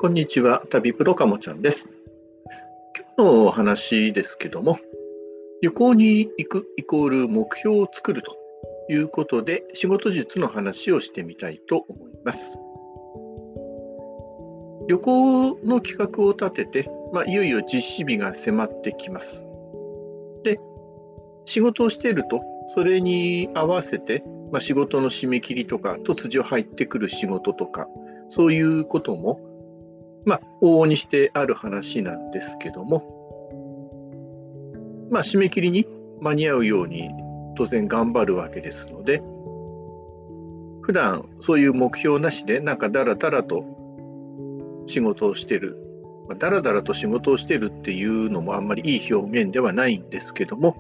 こんにちは、旅プロかもちゃんです。今日のお話ですけども、旅行に行くイコール目標を作るということで、仕事術の話をしてみたいと思います。旅行の企画を立てて、いよいよ実施日が迫ってきます。で、仕事をしていると、それに合わせて、仕事の締め切りとか、突如入ってくる仕事とか、そういうことも、往々にしてある話なんですけども、締め切りに間に合うように当然頑張るわけですので、普段そういう目標なしでなんかだらだらと仕事をしてる、だらだらと仕事をしてるっていうのもあんまりいい表現ではないんですけども、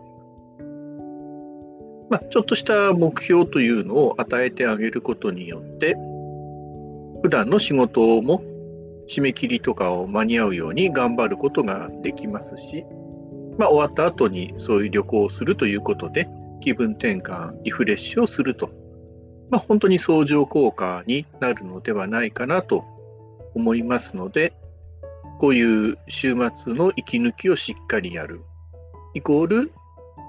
ちょっとした目標というのを与えてあげることによって、普段の仕事も締め切りとかを間に合うように頑張ることができますし、終わった後にそういう旅行をするということで気分転換、リフレッシュをすると、本当に相乗効果になるのではないかなと思いますので、こういう週末の息抜きをしっかりやるイコール、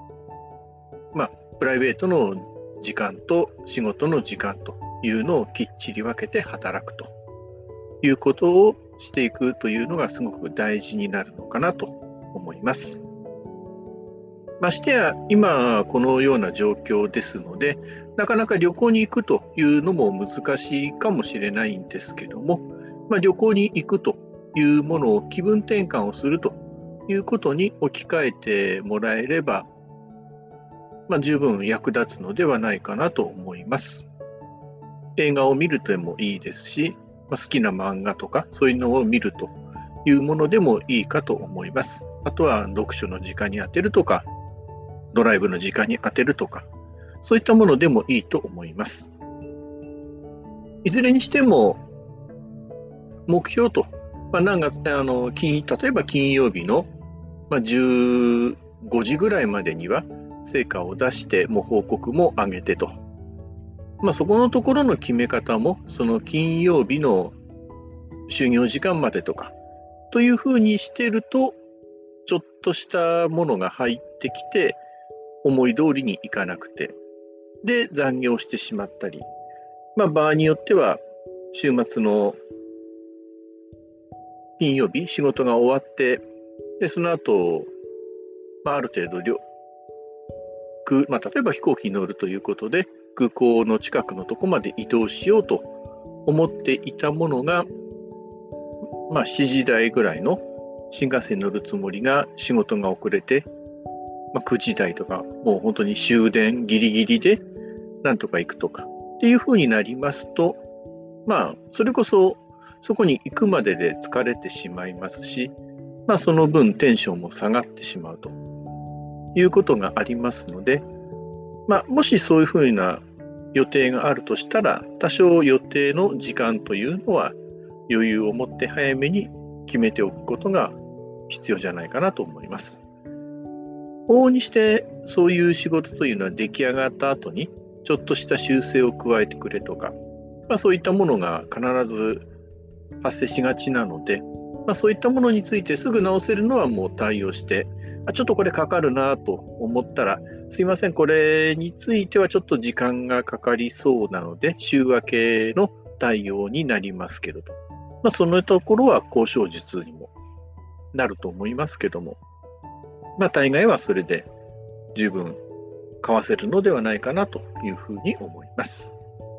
プライベートの時間と仕事の時間というのをきっちり分けて働くということをしていくというのがすごく大事になるのかなと思います。ましてや今このような状況ですので、なかなか旅行に行くというのも難しいかもしれないんですけども、旅行に行くというものを気分転換をするということに置き換えてもらえれば、十分役立つのではないかなと思います。映画を見るでもいいですし、好きな漫画とかそういうのを見るというものでもいいかと思います。あとは読書の時間に当てるとか、ドライブの時間に当てるとか、そういったものでもいいと思います。いずれにしても目標と、何月例えば金曜日の15時ぐらいまでには成果を出してもう報告も上げてと、そこのところの決め方もその金曜日の就業時間までとかというふうにしてると、ちょっとしたものが入ってきて思い通りにいかなくて、で残業してしまったり、場合によっては週末の金曜日仕事が終わって、でその後、ある程度例えば飛行機に乗るということで空港の近くのとこまで移動しようと思っていたものが、7時台ぐらいの新幹線に乗るつもりが仕事が遅れて、9時台とかもう本当に終電ギリギリでなんとか行くとかっていう風になりますと、それこそそこに行くまでで疲れてしまいますし、その分テンションも下がってしまうということがありますので、もしそういうふうな予定があるとしたら、多少予定の時間というのは余裕を持って早めに決めておくことが必要じゃないかなと思います。往々にしてそういう仕事というのは出来上がった後にちょっとした修正を加えてくれとか、そういったものが必ず発生しがちなので、そういったものについてすぐ直せるのはもう対応して、ちょっとこれかかるなと思ったら、すいません、これについてはちょっと時間がかかりそうなので、週明けの対応になりますけれど、そのところは交渉術にもなると思いますけども、大概はそれで十分かわせるのではないかなというふうに思います。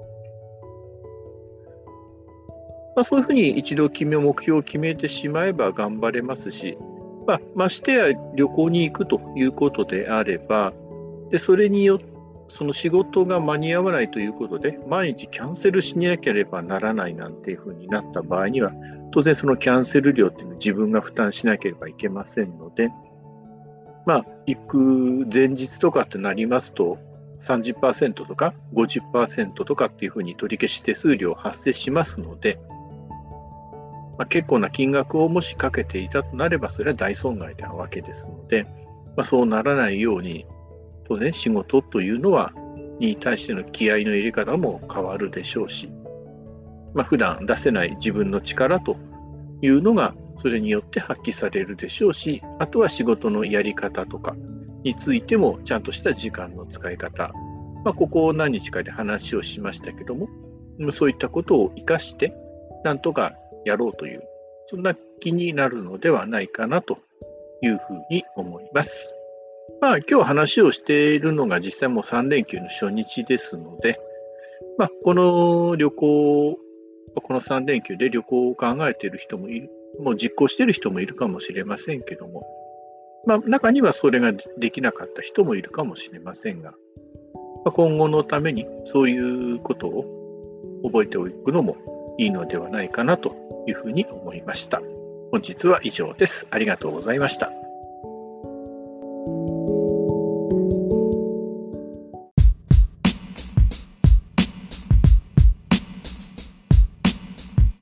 そういうふうに一度目標を決めてしまえば頑張れますし、ましてや旅行に行くということであれば、でそれによってその仕事が間に合わないということで毎日キャンセルしなければならないなんていうふうになった場合には、当然そのキャンセル料っていうのを自分が負担しなければいけませんので、行く前日とかってなりますと 30% とか 50% とかっていうふうに取り消し手数料発生しますので、結構な金額をもしかけていたとなれば、それは大損害なわけですので、そうならないように、当然仕事というのはに対しての気合の入れ方も変わるでしょうし、普段出せない自分の力というのがそれによって発揮されるでしょうし、あとは仕事のやり方とかについてもちゃんとした時間の使い方、ここ何日かで話をしましたけども、そういったことを生かしてなんとかやろうという、そんな気になるのではないかなというふうに思います。今日話をしているのが実際もう3連休の初日ですので、この旅行、この3連休で旅行を考えている人もいる、もう実行している人もいるかもしれませんけども、中にはそれができなかった人もいるかもしれませんが、今後のためにそういうことを覚えておくのもいいのではないかなというふうに思いました。本日は以上です。ありがとうございました。